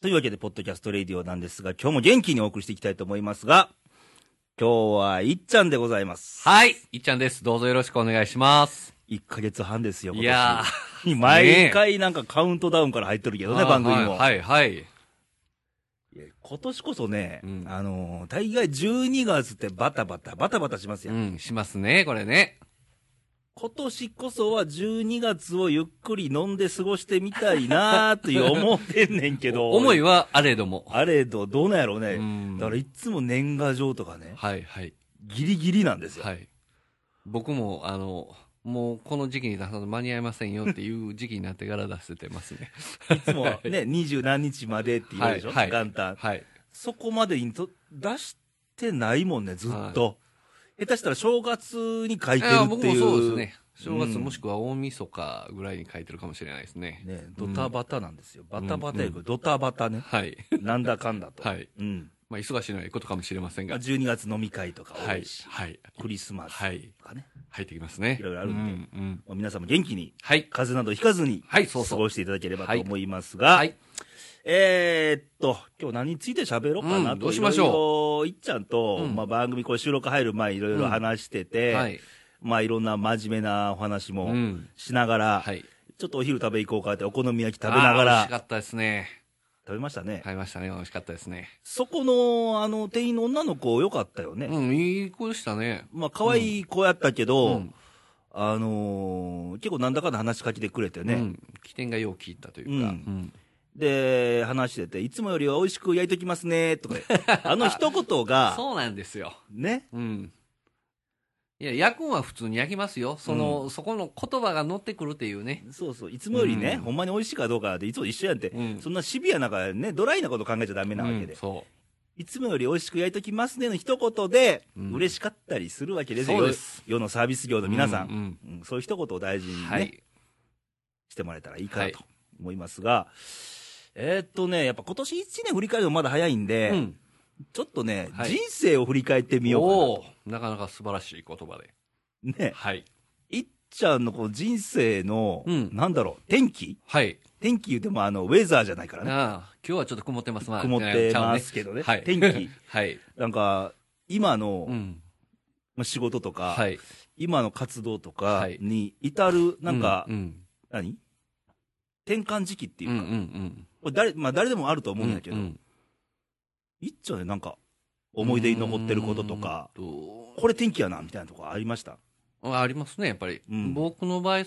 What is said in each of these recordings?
というわけで、ポッドキャストレイディオなんですが、今日も元気にお送りしていきたいと思いますが、今日はいっちゃんでございます。 はい、いっちゃんです。どうぞよろしくお願いします。 1ヶ月半ですよ、今年。 いやー、毎回なんかカウントダウンから入ってるけどね、番組も。 はいはい。 今年こそね、大概12月ってバタバタしますよ。 しますね、これね。 今年こそは12月をゆっくり飲んで過ごしてみたいなーって思ってんねんけど。 思いはあれども。 あれど、どうなんやろうね。だからいつも年賀状とかね。 はいはい。 ギリギリなんですよ。 はい。僕も、もうこの時期に出さないと間に合いませんよっていう時期になってから出せてますね。 いつもね、20何日までって言うでしょ、元旦。 はい。 そこまでに出してないもんね、ずっと。下手したら正月に書いてるっていう。 僕もそうですね。正月もしくは大晦日ぐらいに書いてるかもしれないですね。 ね、ドタバタなんですよ。バタバタやけど、ドタバタね。 はい。 なんだかんだと。 はい。まあ、忙しいのはいいことかもしれませんが。 12月飲み会とか多いし。 はい。 クリスマスとかね。 入ってきますね。 いろいろあるんで。皆さんも元気に、 はい。 風邪などひかずに、過ごしていただければと思いますが、 はい。 今日何について喋ろうかなと。 どうしましょう。いっちゃんと、まあ番組こう収録入る前いろいろ話してて、 はい。 まあいろんな真面目なお話もしながら、 はい。 ちょっとお昼食べ行こうかってお好み焼き食べながら。 美味しかったですね。 食べましたね。 食べましたね。美味しかったですね。 そこの、店員の女の子良かったよね。 いい子でしたね。 まあ可愛い子やったけど、結構なんだかんだ話しかけてくれてね。 起点がよう聞いたというか。 で、話してて、いつもよりは美味しく焼いときますね、とか。一言が。 そうなんですよ。 ね。 いや、焼くんは普通に焼きますよ。そこの言葉が乗ってくるっていうね。 そうそう。いつもよりね、ほんまに美味しいかどうかでいつも一緒やんって。そんなシビアなからね、ドライなこと考えちゃダメなわけで。いつもより美味しく焼いときますねの一言で、嬉しかったりするわけですよ。 そうです。 世のサービス業の皆さん。そういう一言を大事にね、してもらえたらいいかなと思いますが、やっぱ今年1年振り返るのまだ早いんで、ちょっとね、人生を振り返ってみようかなと。 なかなか素晴らしい言葉で。 ね。 はい。 いっちゃんのこの人生の、なんだろう、天気はい。 天気言うてもウェザーじゃないからね。 今日はちょっと曇ってます。 曇ってますけどね。天気。 はい。 なんか、今の、仕事とか、今の活動とかに至る、なんか、何転換時期っていうか、これ誰でもあると思うんだけど、いっちゃんね、なんか、思い出に残ってることとか、これ天気やな、みたいなとこありました？ ありますね、やっぱり。僕の場合、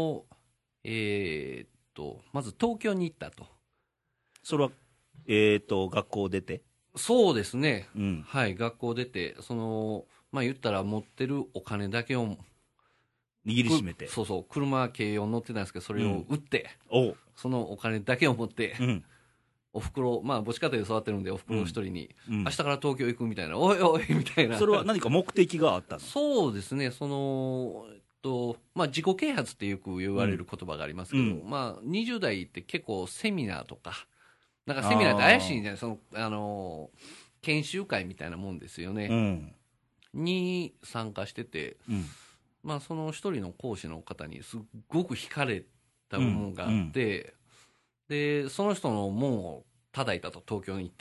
まず東京に行ったと。 それは、学校出て？ そうですね。はい、学校出て、まあ言ったら持ってるお金だけを、 握りしめて。 そうそう、車系を乗ってたんですけど、それを売って、そのお金だけを持って、お袋、まあ母子家庭で育ってるんで、お袋一人に、明日から東京行くみたいな、おいおいみたいな。 それは何か目的があったの？ そうですね、まあ自己啓発ってよく言われる言葉がありますけど、まあ20代って結構セミナーとか、なんかセミナーって怪しいんじゃない、研修会みたいなもんですよね。に参加してて、まあその一人の講師の方にすっごく惹かれたものがあって、で、その人の門を叩いたと、東京に行って。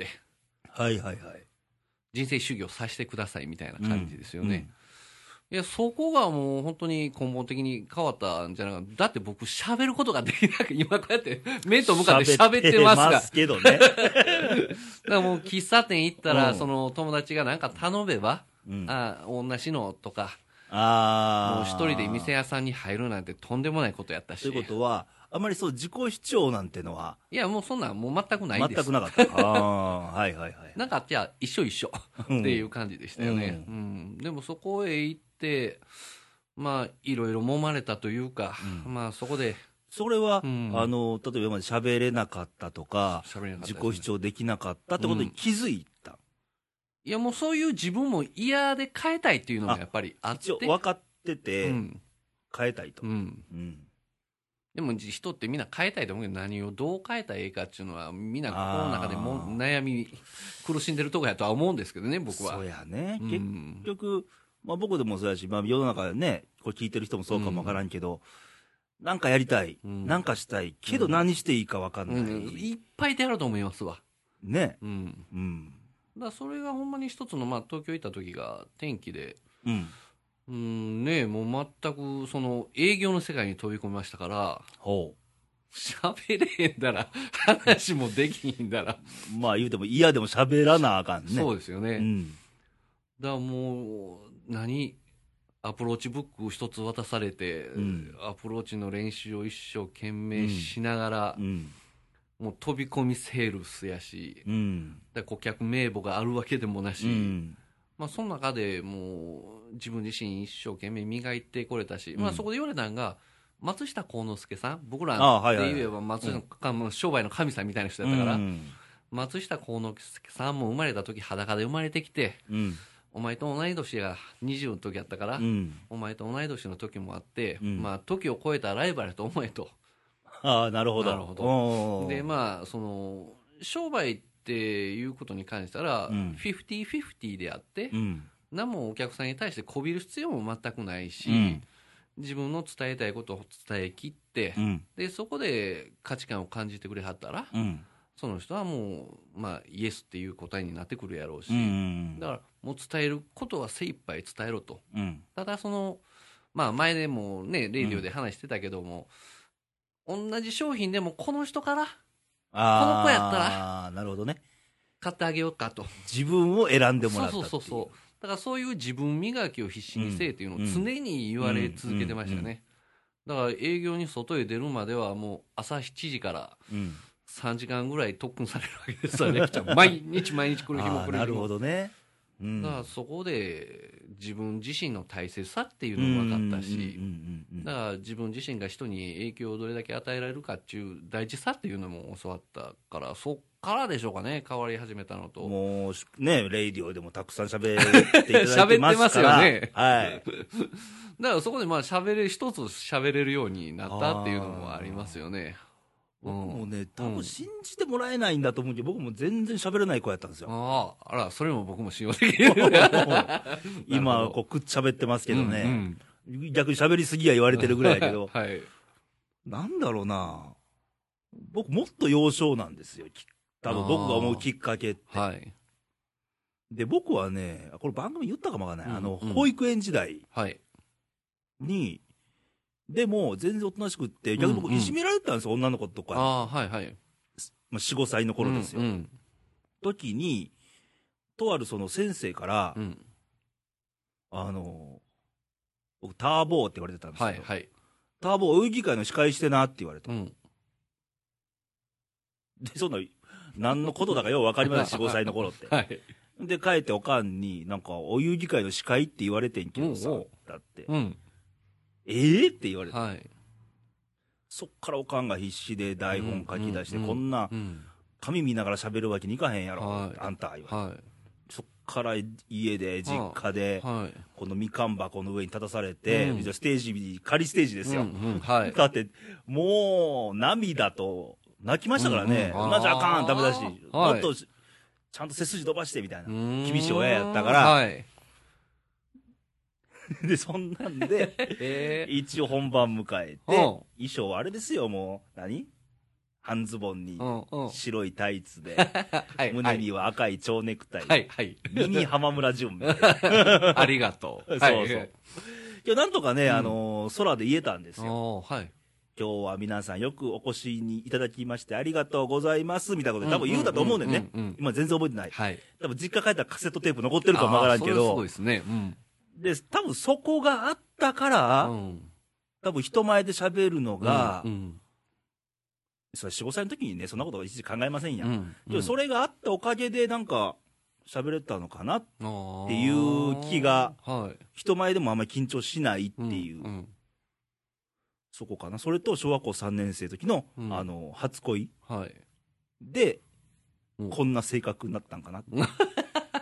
人生修行させてくださいみたいな感じですよね。いや、そこがもう本当に根本的に変わったんじゃないか。だって僕喋ることができなく、今こうやって面と向かって喋ってますが。 けどね。 だからもう喫茶店行ったら、その友達がなんか頼めば、同じのとか、もう一人で店屋さんに入るなんてとんでもないことやったし。 ということは、あまりそう自己主張なんてのは。 いや、もうそんなんもう全くないです。 全くなかった。 なんか、じゃあ一緒一緒っていう感じでしたよね。でもそこへ行って、まあ、いろいろ揉まれたというか、まあそこで。 それは、例えば今まで喋れなかったとか、自己主張できなかったってことに気づいた。 いや、もうそういう自分も嫌で変えたいっていうのがやっぱりあって。 一応分かってて、変えたいと。 でも人ってみんな変えたいと思うけど、何をどう変えたらええかっていうのは、みんな心の中でも悩み、苦しんでるとこやとは思うんですけどね、僕は。 そうやね。結局、まあ僕でもそうやし、まあ世の中でね、これ聞いてる人もそうかもわからんけど、 なんかやりたい、なんかしたいけど何していいか分かんない、 いっぱいであると思いますわね。 だからそれがほんまに一つの、東京行った時が天気で、ね、もう全くその営業の世界に飛び込みましたから、喋れへんだら話もできひんだらまあ言うても嫌でも喋らなあかんね。 そうですよね、だからもうアプローチブック一つ渡されて、アプローチの練習を一生懸命しながら、もう飛び込みセールスやし、だ顧客名簿があるわけでもなし、その中でもう自分自身一生懸命磨いてこれたし、そこで言われたのが松下幸之助さん、僕らって言えば松下、商売の神さんみたいな人だったから、松下幸之助さんも生まれた時裸で生まれてきて、お前と同い年が20の時やったから、お前と同い年の時もあって、時を超えたライバルと思えと。 なるほど。なるほど。 でその商売っていうことに関したら、50-50であって、何もお客さんに対してこびる必要も全くないし、自分の伝えたいことを伝えきって、でそこで価値観を感じてくれはったら、その人はもう、イエスっていう答えになってくるやろうし、だからもう伝えることは精一杯伝えろと、ただその、前でもねレイディオで話してたけども、同じ商品でもこの人からこの子やったらなるほどね、 買ってあげようかと、 自分を選んでもらったっていう。 そうだからそういう自分磨きを必死にせえっていうのを常に言われ続けてましたね。だから営業に外へ出るまではもう朝7時から3時間ぐらい特訓されるわけですよね毎日来る日も来る日も。 なるほどね。 だからそこで自分自身の大切さっていうのも分かったし、だから自分自身が人に影響をどれだけ与えられるかっていう大事さっていうのも教わったから、そっからでしょうかね、変わり始めたのと。 もうねレイディオでもたくさん喋っていただいてますから喋ってますよね。だからそこで一つ喋れるようになったっていうのもありますよね。 僕もね、多分信じてもらえないんだと思うけど、僕も全然喋れない子やったんですよ。 あら、それも僕も信用できる。 今、くっちゃべってますけどね、逆に喋りすぎや言われてるぐらいやけど、なんだろうな、僕もっと幼少なんですよ。多分僕が思うきっかけって。で、僕はね、これ番組言ったかもわかんない。保育園時代に、でも全然おとなしくって、逆に僕いじめられてたんですよ、女の子とかに。4、5歳の頃ですよ。時に、とあるその先生から、僕ターボーって言われてたんですけど、ターボー泳ぎ会の司会してなって言われて。で、そんな、何のことだかよう分かりません、4、5歳の頃って。で、帰っておかんに、なんか、お遊戯会の司会って言われてんけどさ、だって。って言われて、そっからおかんが必死で台本書き出して、こんな紙見ながら喋るわけにいかへんやろ、あんた言われて、そっから家で実家でこのみかん箱の上に立たされて、ステージ仮ステージですよ、だってもう涙と泣きましたからね、同じあかんダメだし、もっとちゃんと背筋伸ばしてみたいな厳しい親やったから、で、そんなんで、一応本番迎えて、衣装あれですよ、もう、半ズボンに白いタイツで、胸には赤い蝶ネクタイ、ミニ浜村淳みたいな。 ありがとう。 そうそう。今日なんとかね、空で言えたんですよ。今日は皆さんよくお越しにいただきましてありがとうございますみたいなことで多分言うたと思うねんね。今全然覚えてない。多分実家帰ったらカセットテープ残ってるかもわからんけど。 すごいですね。 で、多分そこがあったから、多分人前で喋るのが、それ4、5歳の時にね、そんなこと一時考えませんやん。それがあったおかげで、なんか、喋れたのかなっていう気が、人前でもあんまり緊張しないっていう、そこかな。それと、小学校3年生の時の、初恋で、こんな性格になったんかな。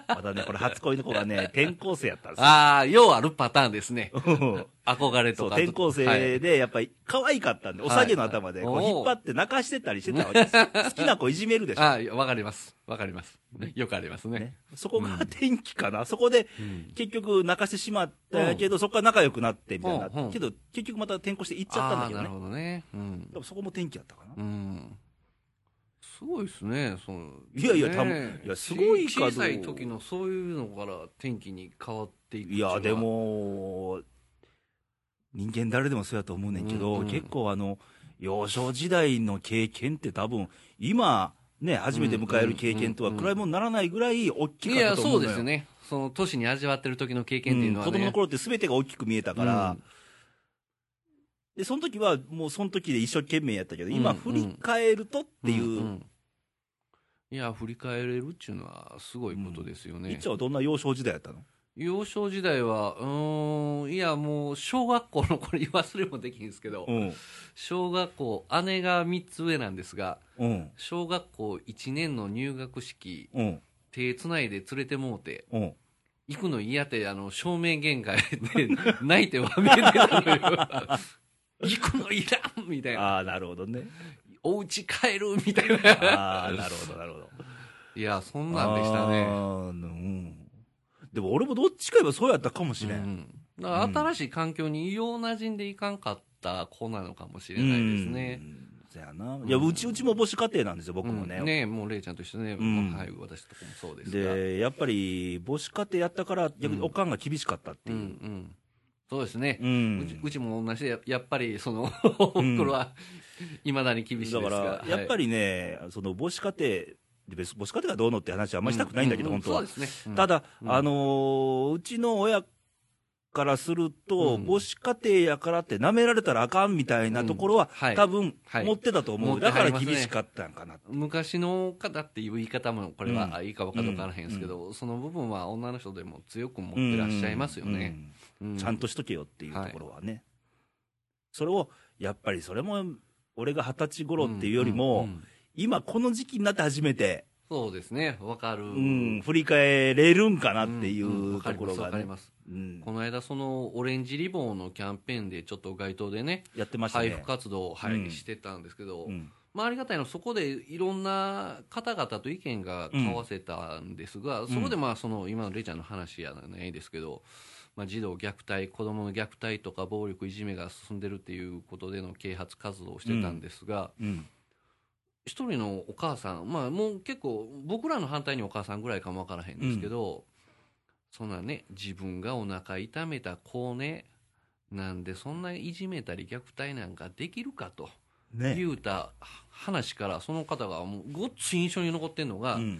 またね、これ初恋の子がね、転校生やったんですよ。 ああ、ようあるパターンですね。憧れとか。 そう、転校生で、やっぱり可愛かったんで、お下げの頭で、こう引っ張って泣かしてたりしてたわけです。好きな子いじめるでしょ。 ああ、わかります。わかります。よくありますね。 そこが転機かな。そこで、結局泣かしてしまったけど、そこから仲良くなって、みたいな。けど、結局また転校して行っちゃったんだけどね。 なるほどね。 多分そこも転機やったかな。 すごいですね。 いやいや、いや、すごいかどう小さい時のそういうのから天気に変わっていく。 いや、でも、人間誰でもそうやと思うねんけど、結構幼少時代の経験って多分、今、ね、初めて迎える経験とは比べ物にならないぐらい大きかったと思うのよ。 いや、そうですよね。その年に味わってる時の経験っていうのはね。 子供の頃って全てが大きく見えたから、で、その時はもうその時で一生懸命やったけど、今振り返るとっていう。 いや、振り返れるっていうのはすごいことですよね。 いっちゃんはどんな幼少時代やったの？ 幼少時代は、いや、もう、小学校の、これ言わせれもできんですけど、小学校、姉が3つ上なんですが、小学校1年の入学式、手つないで連れてもうて、行くの嫌って、正面玄関で泣いてわめいてたのよ。行くのいらんみたいな。 ああ、なるほどね。 お家帰るみたいな。 ああ、なるほど、なるほど。 いや、そんなんでしたね。 でも俺もどっちか言えばそうやったかもしれん。 だから新しい環境によう馴染んでいかんかった子なのかもしれないですね。 そやな。いや、うちも母子家庭なんですよ、僕もね。 ね、もうレイちゃんと一緒ね、はい、私とかもそうですが。 で、やっぱり母子家庭やったから、逆におかんが厳しかったっていう。 そうですね。うちも同じで、やっぱりおふくろはいまだに厳しいですが。 だから、やっぱりね、その母子家庭、母子家庭がどうのって話はあんまりしたくないんだけど、本当は。 そうですね。 ただ、うちの親からすると、母子家庭やからって舐められたらあかんみたいなところは、多分、持ってたと思う。だから厳しかったんかな。 昔の方っていう言い方も、これはいいか分からへんですけど、その部分は女の人でも強く持ってらっしゃいますよね。 ちゃんとしとけよっていうところはね。それを、やっぱりそれも、俺が20歳頃っていうよりも、今この時期になって初めて、 そうですね、わかる。 振り返れるんかなっていうところがね。 わかります。この間、オレンジリボンのキャンペーンで、ちょっと街頭でね、 やってましたね。 配布活動を、してたんですけど、ありがたいのは、そこでいろんな方々と意見が交わせたんですが、そこで今のレイちゃんの話やないですけど、児童虐待、子どもの虐待とか暴力、いじめが進んでるっていうことでの啓発活動をしてたんですが、一人のお母さん、もう結構僕らの反対にお母さんぐらいかもわからへんですけど、そんなね、自分がお腹痛めた子ね、なんでそんないじめたり虐待なんかできるかと言うた話から、その方がもうごっつ印象に残ってんのが、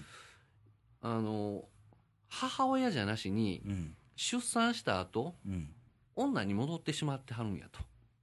母親じゃなしに、出産した後、女に戻ってしまってはるんやと。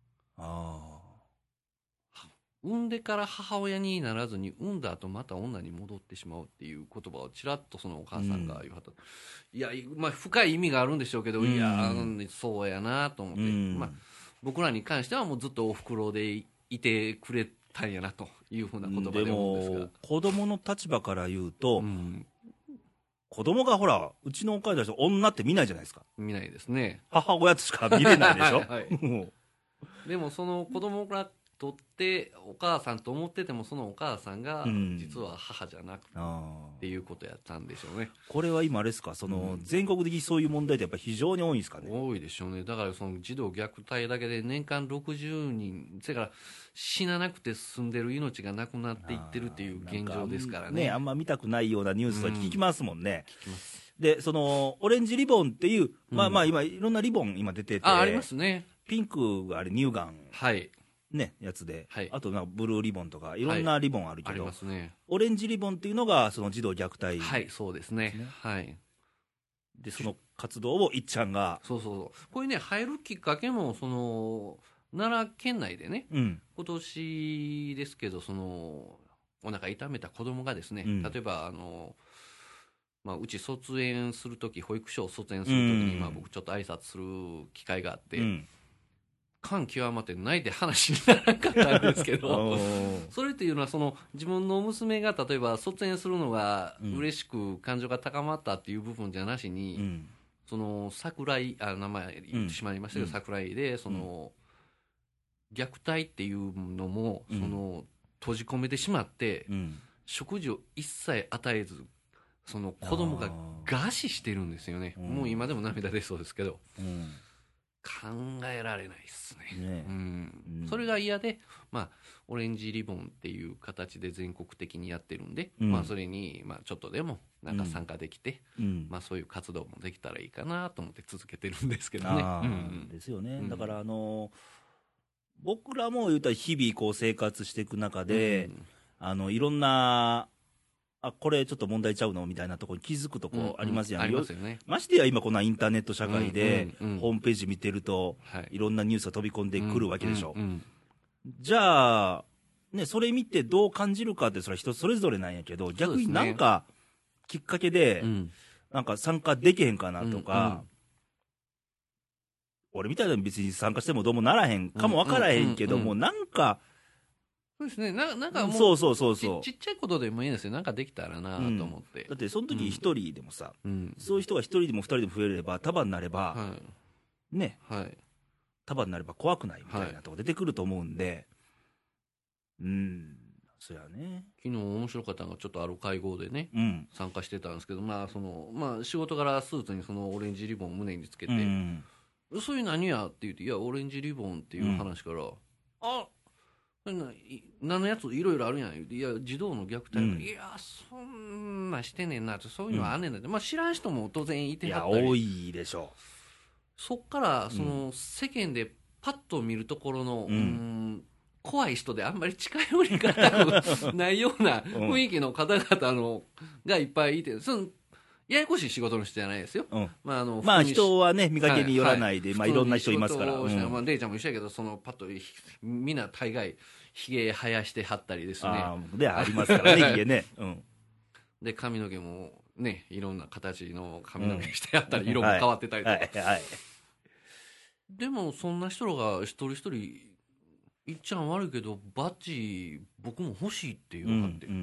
産んでから母親にならずに、産んだ後また女に戻ってしまうっていう言葉をちらっとそのお母さんが言わはった。いや、深い意味があるんでしょうけど、いや、そうやなと思って、僕らに関してはもうずっとお袋でいてくれたんやなというふうな言葉で思うんですが。 でも、子供の立場から言うと、子供がほら、うちのお母さんと女って見ないじゃないですか。 見ないですね。 母親としか見れないでしょ。 でもその子供がとってお母さんと思ってても、そのお母さんが実は母じゃなくてっていうことやったんでしょうね。 これは今あれですか、全国的にそういう問題ってやっぱり非常に多いんですかね。 多いでしょうね。だから児童虐待だけで年間60人、それから死ななくて済んでる命がなくなっていってるっていう現状ですからね。 あんま見たくないようなニュースは聞きますもんね。聞きます。で、オレンジリボンっていう、今いろんなリボン今出てて。 ありますね。 ピンクがあれ乳がん。やつで、あとブルーリボンとかいろんなリボンあるけど、オレンジリボンっていうのがその児童虐待、 そうですね。 でその活動をいっちゃんが、 これね、入るきっかけも奈良県内でね、今年ですけど、お腹痛めた子供がですね、例えばうち卒園するとき、保育所を卒園するときに僕ちょっと挨拶する機会があって、 感極まってないで話にならなかったんですけどそれっていうのは自分の娘が例えば卒園するのが嬉しく感情が高まったっていう部分じゃなしに、桜井名前言ってしまいましたけど、桜井で虐待っていうのも閉じ込めてしまって、食事を一切与えず子供が餓死してるんですよね。もう今でも涙出そうですけど、考えられないですね。それが嫌で、オレンジリボンっていう形で全国的にやってるんで、それにちょっとでもなんか参加できて、そういう活動もできたらいいかなと思って続けてるんですけどね。 ですよね。だから僕らも言うたら日々こう生活していく中で、いろんなこれちょっと問題ちゃうのみたいなところに気づくとこありますやん。 ありますよね。 ましてや今こんなインターネット社会で、ホームページ見てると、いろんなニュースが飛び込んでくるわけでしょ。じゃあ、ね、それ見てどう感じるかってそれは人それぞれなんやけど、逆になんかきっかけで、なんか参加できへんかなとか、俺みたいなの別に参加してもどうもならへんかもわからへんけども、なんか、 そうですね。なんかもう、ちっちゃいことでもいいんですよ。なんかできたらなと思って。 だって、その時一人でもさ、そういう人が一人でも二人でも増えれば、束になれば、ね、束になれば怖くないみたいなとこ出てくると思うんで、そやね。 昨日面白かったのが、ちょっとある会合でね、参加してたんですけど、仕事柄スーツにオレンジリボンを胸につけて、それ何やって言って、いや、オレンジリボンっていう話から、何のやついろいろあるやん。いや、児童の虐待、いや、そんなしてねんなって、そういうのはあんねんなって、知らん人も当然いてはったり。 いや、多いでしょう。 そっから、世間でパッと見るところの、怖い人であんまり近寄りがたくないような雰囲気の方々がいっぱいいて、ややこしい仕事の人じゃないですよ。 人はね、見かけによらないで、いろんな人いますから。 レイちゃんも一緒やけど、パッと、みんな大概、ひげ生やしてはったりですね。 ありますからね、ひげね。 で、髪の毛もね、いろんな形の髪の毛してやったり、色も変わってたりとか。でも、そんな人らが一人一人、言っちゃ悪いけど、バッジ、僕も欲しいって言うのがあって、って、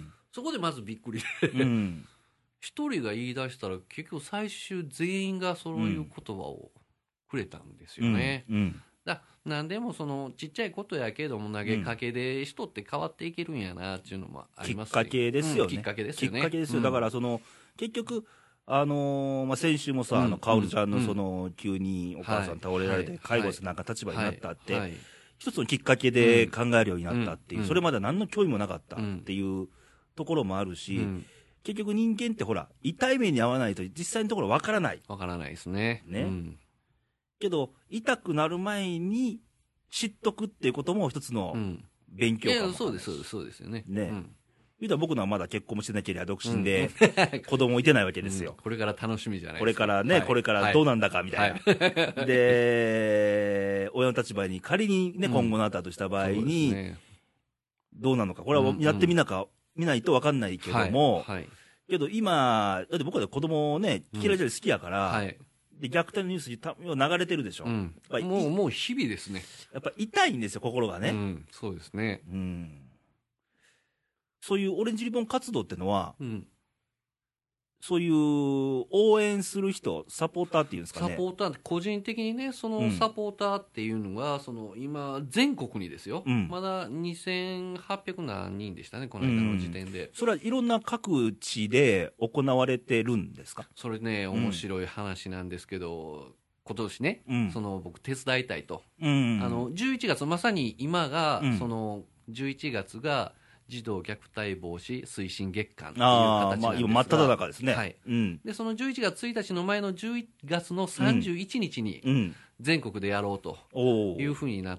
そこでまずびっくりで。一人が言い出したら結局最終全員がそういう言葉をくれたんですよね。何でもちっちゃいことやけども投げかけで人って変わっていけるんやなっていうのもありますし、 きっかけですよね。 きっかけですよね。 きっかけですよ。だから結局先週もさ、かおるちゃんの急にお母さん倒れられて介護士なんか立場になったって、一つのきっかけで考えるようになったっていう、それまでは何の興味もなかったっていうところもあるし、結局人間ってほら、痛い目に遭わないと実際のところ分からない。 分からないですね。 けど、痛くなる前に知っとくっていうことも一つの勉強かも。 そうですよね。 言うたら僕のはまだ結婚もしてなければ独身で、子供いてないわけですよ。 これから楽しみじゃないですか。 これからね、これからどうなんだかみたいな。で、親の立場に仮にね、今後なったとした場合に、どうなのか。これはやってみないと分かんないけども、けど今、だって僕は子供をね、嫌いじゃ好きやから、で虐待のニュースに流れてるでしょ。 もう日々ですね。 やっぱ痛いんですよ、心がね。 そうですね。 そういうオレンジリボン活動ってのは、そういう応援する人、サポーターっていうんですかね。 サポーター、個人的にね、サポーターっていうのが、今、全国にですよ、まだ2800何人でしたね、この間の時点で。 それはいろんな各地で行われてるんですか？ それね、面白い話なんですけど、今年ね、僕、手伝いたいと。11月、まさに今が、11月が、児童虐待防止推進月間という形なんですが、 今真っ只中ですね。 でその11月1日の前の11月の31日に全国でやろうというふうになって、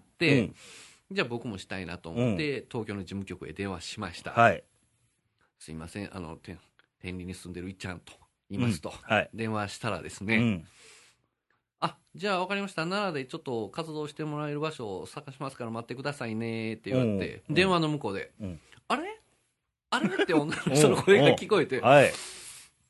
じゃあ僕もしたいなと思って、東京の事務局へ電話しました。すいません、天理に住んでるいっちゃんと言いますと、電話したらですね、じゃあ分かりました、奈良でちょっと活動してもらえる場所を探しますから待ってくださいねって言われて、電話の向こうで、あれって女の人の声が聞こえて、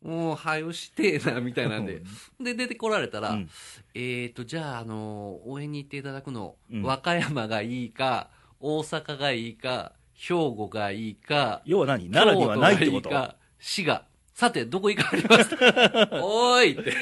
もう、はよしてな、みたいなんで。で、出てこられたら、じゃあ、応援に行っていただくの、和歌山がいいか、大阪がいいか、兵庫がいいか、 要は奈良にはないってこと？ 滋賀。さて、どこ行かれますかおーいって。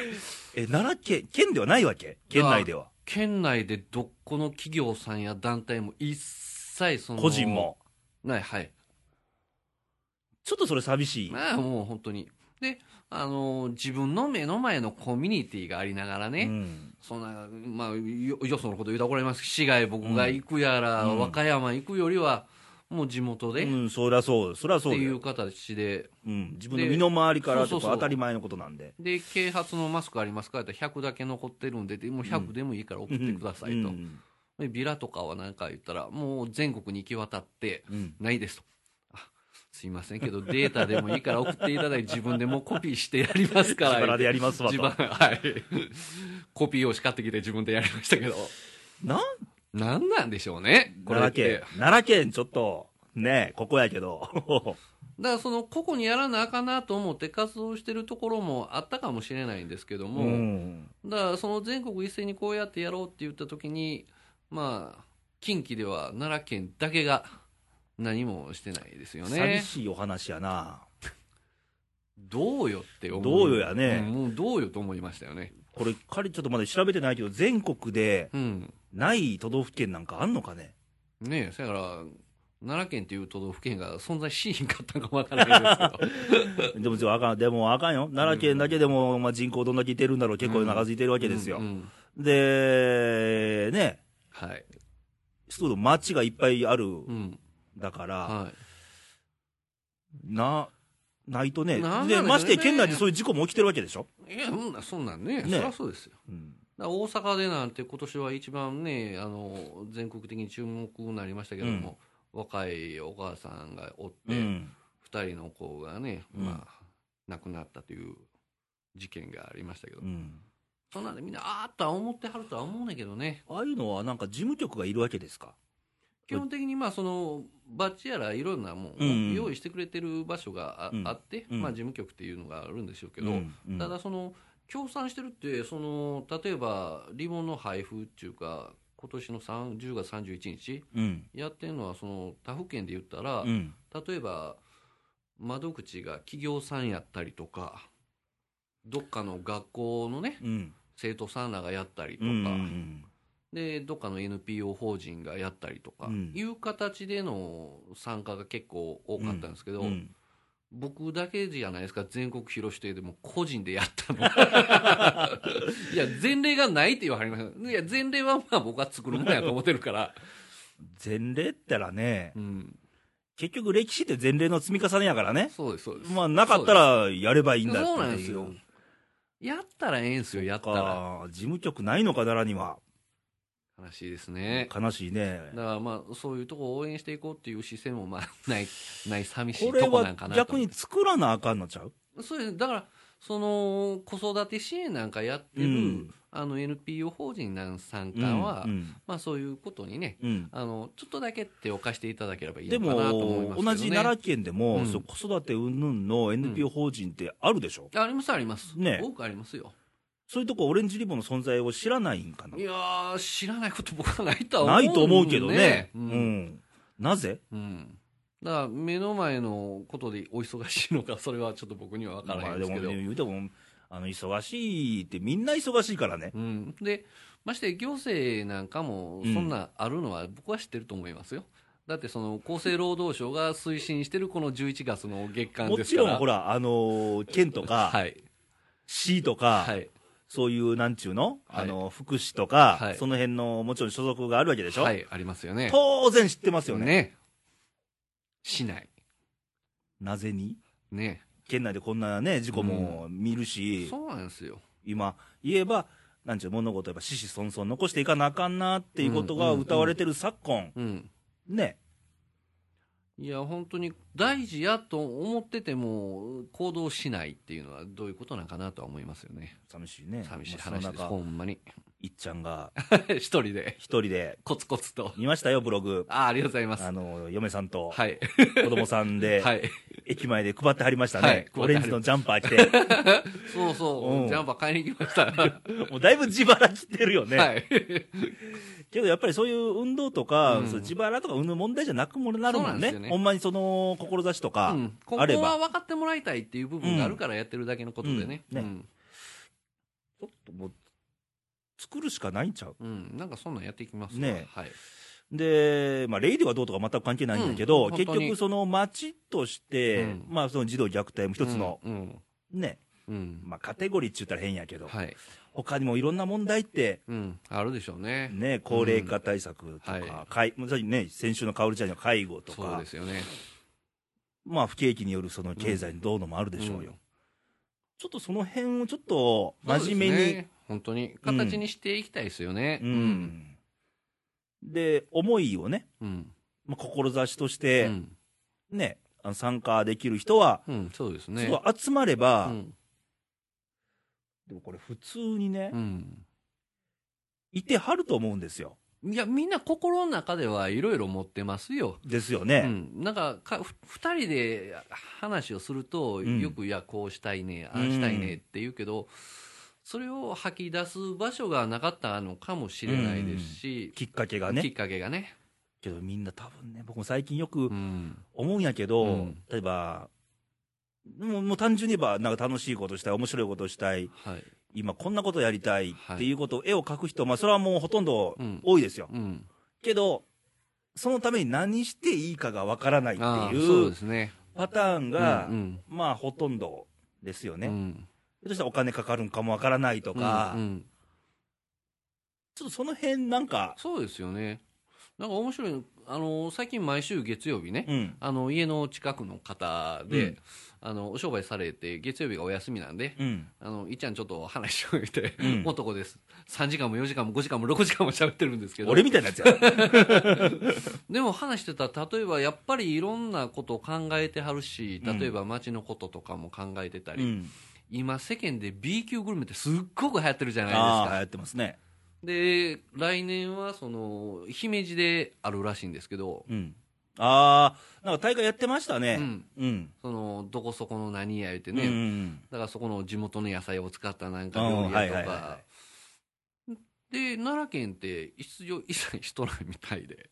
奈良県ではないわけ？県内では。 県内でどこの企業さんや団体も一切個人もない、はい。 ちょっとそれ寂しい。 もう本当に。で、自分の目の前のコミュニティがありながらね、そんな、まあ、よそのこと言うたら怒られますし、市外僕が行くやら、和歌山行くよりは、もう地元で、 そりゃそうっていう形で、 自分の身の回りからとか当たり前のことなんで。 で、啓発のマスクありますかって言ったら100だけ残ってるんで、もう100でもいいから送ってくださいと。でビラとかは何か言ったら、もう全国に行き渡って、ないですと。すいませんけど、データでもいいから送っていただいて、自分でもコピーしてやりますから。 自腹でやりますわと。 はい。コピー用紙買ってきて自分でやりましたけど。なんなんでしょうね、 これだけ。奈良県ちょっと、ね、ここやけど。 だから個々にやらなあかんなと思って活動してるところもあったかもしれないんですけども、だから全国一斉にこうやってやろうって言った時に、まあ、近畿では奈良県だけが、何もしてないですよね。 寂しいお話やな。 どうよって思う。 どうよやね。 もうどうよと思いましたよね。 これ、ちょっとまだ調べてないけど、全国で、ない都道府県なんかあんのかね。 ねえ、だから、奈良県っていう都道府県が存在しひんかったかもわからないですけど。 でもあかんよ。奈良県だけでも、まあ、人口どんだけいてるんだろう。結構長付いてるわけですよ。で、ね。 はい。 町がいっぱいある。だから、ないとね。で、まして県内でそういう事故も起きてるわけでしょ？ いや、そんなんね。そりゃそうですよ。大阪でなんて今年は一番ね、全国的に注目になりましたけども、若いお母さんがおって、2人の子がね、まあ、亡くなったという事件がありましたけど、そんなんでみんな、あーっとは思ってはるとは思うねんけどね。 ああいうのはなんか事務局がいるわけですか？ 基本的にバッジやらいろんなもんを用意してくれてる場所があって、まあ事務局っていうのがあるんでしょうけど、ただ協賛してるって例えばリボンの配布っていうか今年の10月31日やってるのは他府県で言ったら、例えば窓口が企業さんやったりとかどっかの学校のね、生徒さんらがやったりとか、でどっかの NPO 法人がやったりとか、いう形での参加が結構多かったんですけど、僕だけじゃないですか、全国広指定でも個人でやったのいや前例がないって言わはりました。いや前例はまあ僕は作るもんやと思ってるから前例ったらね、結局歴史って前例の積み重ねやからね。 そうですそうです。 まあなかったらやればいいんだっていう。 そうなんですよ。やったらええんすよ。やったら事務局ないのか奈良には。 悲しいですね。 悲しいね。 だからまあそういうとこを応援していこうっていう姿勢もまあない寂しいとこなんかなと。 これは逆に作らなあかんのちゃう？ そうです。だから子育て支援なんかやってる、NPO 法人なん参加は、まあそういうことにね、ちょっとだけ手を貸していただければいいのかなと思いますけどね。 でも同じ奈良県でも、子育て云々の NPO 法人ってあるでしょ？ ありますあります。 ね。 多くありますよ。 そういうとこオレンジリボンの存在を知らないんかな。 いやー、知らないこと僕はないとは思う、ね。 ないと思うけどね。なぜ？ だから目の前のことでお忙しいのか、それはちょっと僕には分からないんですけど。 言うても忙しいってみんな忙しいからね。 で、まして行政なんかもそんなあるのは僕は知ってると思いますよ。だって厚生労働省が推進してるこの11月の月間ですから。 もちろんほら、県とか、市とか、そういうなんちゅうの、福祉とか、その辺のもちろん所属があるわけでしょ。 はい、ありますよね。 当然知ってますよね。 しない。 なぜに？ ね。 県内でこんなね、事故も見るし、 そうなんですよ。 今、言えば、なんちゅう物事やっぱ子々孫々残していかなあかんなっていうことが歌われてる昨今、ね。 いや、本当に大事やと思ってても、行動しないっていうのはどういうことなんかなとは思いますよね。 寂しいね。 寂しい話です、ほんまに。 いっちゃんが、 一人で、コツコツと。 見ましたよ、ブログ。 ありがとうございます。 嫁さんと、 子供さんで、 駅前で配ってはりましたね。 はい、 オレンジのジャンパー着て。 そうそう、ジャンパー買いに行きました。 もうだいぶ自腹切ってるよね。 はい。 けどやっぱりそういう運動とか、そう自腹とか運動問題じゃなくもなるもんね。ほんまにその志とかあれば。 ここは分かってもらいたいっていう部分があるからやってるだけのことでね。 ちょっともう、作るしかないんちゃう？ なんかそんなんやっていきますね。 はい。 で、まあ、レイディはどうとか全く関係ないんだけど、結局、その町として、まあ、その児童虐待も一つの、ね、まあ、カテゴリーって言ったら変やけど、他にもいろんな問題って、 あるでしょうね。 ね、高齢化対策とか、ね、先週のかおりちゃんの介護とか、 そうですよね。 まあ、不景気によるその経済にどうのもあるでしょうよ。ちょっとその辺をちょっと真面目に、 本当に形にしていきたいですよね。 で、思いをね、まあ、志として、ね、参加できる人は、 そうですね。 集まれば、でもこれ普通にね、いてはると思うんですよ。 いや、みんな心の中ではいろいろ持ってますよ。 ですよね。 なんか二人で話をすると、よく、いや、こうしたいね、ああしたいねって言うけど、それを吐き出す場所がなかったのかもしれないですし、 きっかけがね。けどみんな多分ね、僕も最近よく思うんやけど、例えば、もう単純に言えば、なんか楽しいことしたい、面白いことしたい、今こんなことやりたいっていうことを、絵を描く人、まあそれはもうほとんど多いですよ。けど、そのために何していいかがわからないっていうパターンが、まあほとんどですよね。そしたらお金かかるんかもわからないとか、ちょっとその辺なんか。 そうですよね。なんか面白い最近毎週月曜日ね、家の近くの方で、お商売されて、月曜日がお休みなんで、いっちゃんちょっと話を言って、男です。3時間も4時間も5時間も6時間も喋ってるんですけど。 俺みたいなやつや。 でも話してたら、例えばやっぱりいろんなことを考えてはるし、例えば街のこととかも考えてたり、今世間で B 級グルメってすっごく流行ってるじゃないですか。 流行ってますね。 で、来年はその姫路であるらしいんですけど、 なんか大会やってましたね。 そのどこそこの何や言ってね、だからそこの地元の野菜を使ったなんか料理やとか、で奈良県って出場一切しとないみたいで、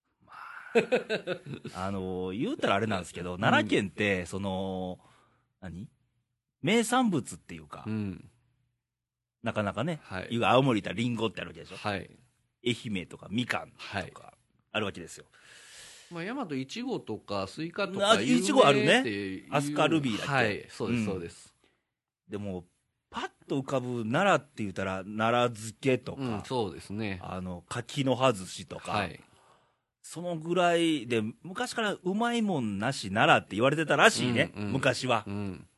言うたらあれなんですけど、奈良県ってその名産物っていうか、なかなかね、青森ってリンゴってあるわけでしょ。愛媛とかみかんとかあるわけですよ。 まあ、大和いちごとかスイカとかいちごあるね。アスカルビーだっけ。 はい、そうです、そうです。 でも、パッと浮かぶ奈良って言ったら、奈良漬けとか、 そうですね。 柿の葉寿司とか、そのぐらいで、昔からうまいもんなし奈良って言われてたらしいね、昔は。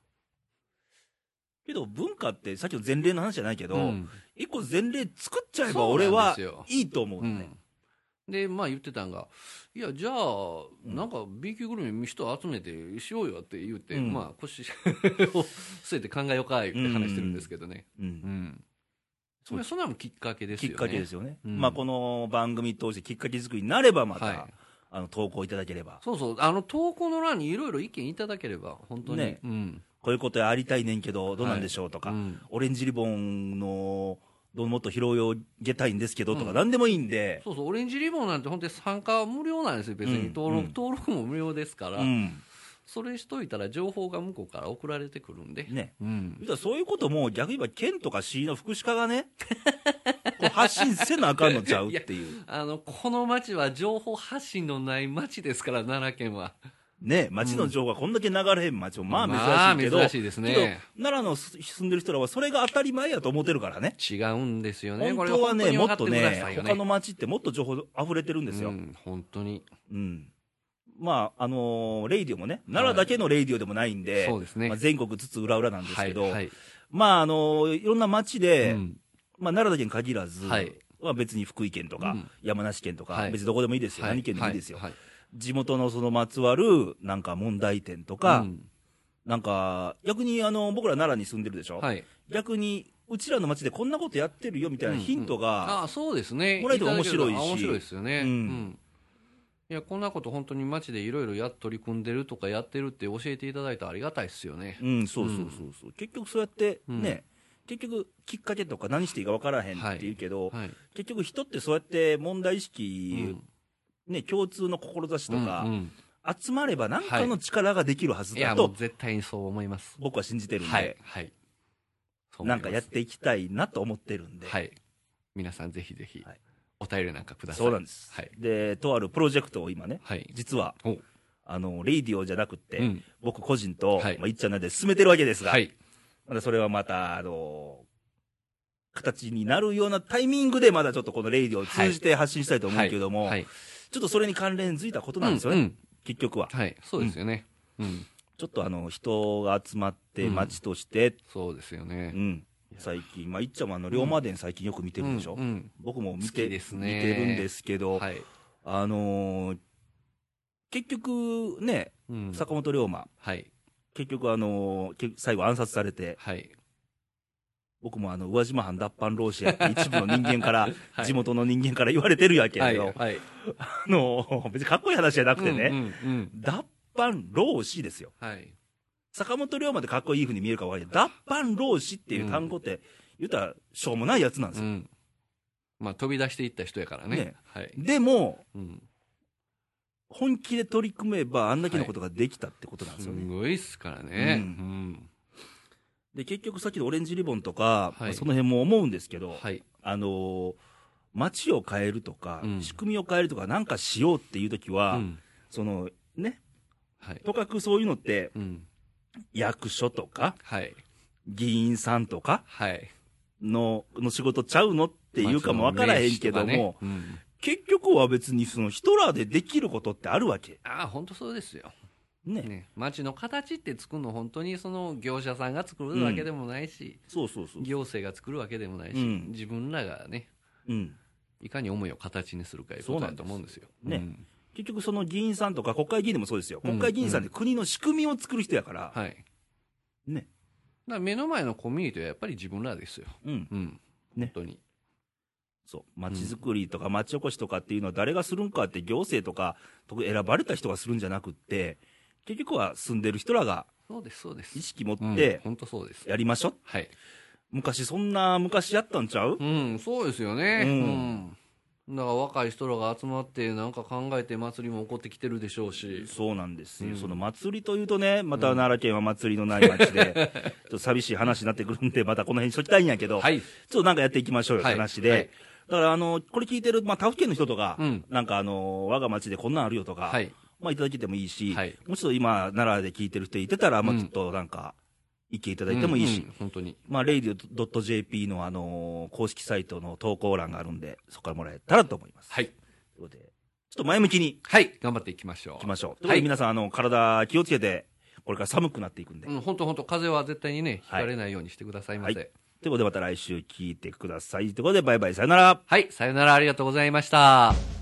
けど文化ってさっきの前例の話じゃないけど、一個前例作っちゃえば俺はいいと思うね。 でまあ言ってたんが、いやじゃあなんか B 級グルメ人集めてしようよって言って、まあ腰を据えて考えようかって話してるんですけどね。そんなのもきっかけですよね。 きっかけですよね。まあこの番組通してきっかけ作りになればまた投稿いただければ。 そう投稿の欄にいろいろ意見いただければ本当にね。 こういうことやりたいねんけどどうなんでしょうとか、オレンジリボンのもっと広げたいんですけどとか何でもいいんで、 オレンジリボンなんて本当に参加無料なんですよ。別に登録も無料ですから、それしといたら情報が向こうから送られてくるんでね。 そういうことも逆に言えば県とか市の福祉課がね発信せなあかんのちゃうっていう。 この町は情報発信のない町ですから、奈良県は。 ね、町の情報がこんだけ流れへん町もまあ珍しいけど、 珍しいですね。けど奈良の住んでる人らはそれが当たり前やと思ってるからね。 違うんですよね。 本当はね、もっとね、他の町ってもっと情報溢れてるんですよ。 本当に。 まあレイディオもね、奈良だけのレイディオでもないんで、全国ずつ裏裏なんですけど、まあいろんな町で、まあ奈良だけに限らず、別に福井県とか山梨県とか別にどこでもいいですよ。何県でもいいですよ。地元のそのまつわるなんか問題点とか、なんか逆に僕ら奈良に住んでるでしょ、逆にうちらの町でこんなことやってるよみたいなヒントがもらえて面白いし、 面白いですよね。 いや、こんなこと本当に街でいろいろ取り組んでるとかやってるって教えていただいたらありがたいですよね。 そう。結局そうやってね、結局きっかけとか何していいか分からへんって言うけど、結局人ってそうやって問題意識、ね、共通の志とか、集まれば何かの力ができるはずだと、 絶対にそう思います。 僕は信じてるんで、なんかやっていきたいなと思ってるんで、 皆さんぜひぜひお便りなんかください。 そうなんです。で、とあるプロジェクトを今ね、実はレイディオじゃなくて、僕個人といっちゃんなんで進めてるわけですが、まだそれはまた形になるようなタイミングでまだちょっとこのレイディオを通じて発信したいと思うけども、ちょっとそれに関連づいたことなんですよね、結局は。 そうですよね。 ちょっと人が集まって街として、 そうですよね。 最近、いっちゃんも龍馬伝最近よく見てるでしょ。僕も見てるんですけど、結局ね、坂本龍馬、結局最後暗殺されて、僕も宇和島藩脱藩浪士やって一部の人間から、地元の人間から言われてるやけど、別にかっこいい話じゃなくてね、脱藩浪士ですよ。坂本龍馬ってかっこいい風に見えるか分かるけど、脱藩浪士っていう単語って言ったらしょうもないやつなんですよ。 まあ飛び出していった人やからね。 でも、本気で取り組めばあんだけのことができたってことなんですよね。 すごいっすからね。 で、結局さっきのオレンジリボンとか、その辺も思うんですけど、街を変えるとか、仕組みを変えるとか、なんかしようっていうときは、そのね、とかくそういうのって、役所とか、議員さんとかの仕事ちゃうのっていうかもわからへんけども、結局は別にそのヒトラーでできることってあるわけ。 本当そうですよ。街の形って作るの本当にその業者さんが作るわけでもないし、行政が作るわけでもないし、自分らがね、いかに思いを形にするかいうことだと思うんですよ。 結局その議員さんとか国会議員でもそうですよ。国会議員さんって国の仕組みを作る人やから。 ね。だから目の前のコミュニティはやっぱり自分らですよ。本当に。 そう。街づくりとか街おこしとかっていうのは誰がするんかって行政とか選ばれた人がするんじゃなくって、結局は住んでる人らが意識持ってやりましょう。昔やったんちゃう？ そうですよね。だから若い人らが集まってなんか考えて祭りも起こってきてるでしょうし。 そうなんですよ。その祭りというとね、また奈良県は祭りのない町で、ちょっと寂しい話になってくるんで、またこの辺にしときたいんやけど、ちょっとなんかやっていきましょうよって話で、だからこれ聞いてる、他府県の人とか、なんか我が町でこんなんあるよとか、いただけてもいいし、もうちょっと今奈良で聞いてる人いてたら、ちょっとなんか、意見いただいてもいいし、 本当に。 radio.jp の公式サイトの投稿欄があるんで、そこからもらえたらと思います。ということで、ちょっと前向きに。 頑張っていきましょう。ということで皆さん、体気をつけて、これから寒くなっていくんで。 本当風邪は絶対にね、ひかれないようにしてくださいませ。ということでまた来週聞いてください。ということで、バイバイ、さよなら。 さよなら、ありがとうございました。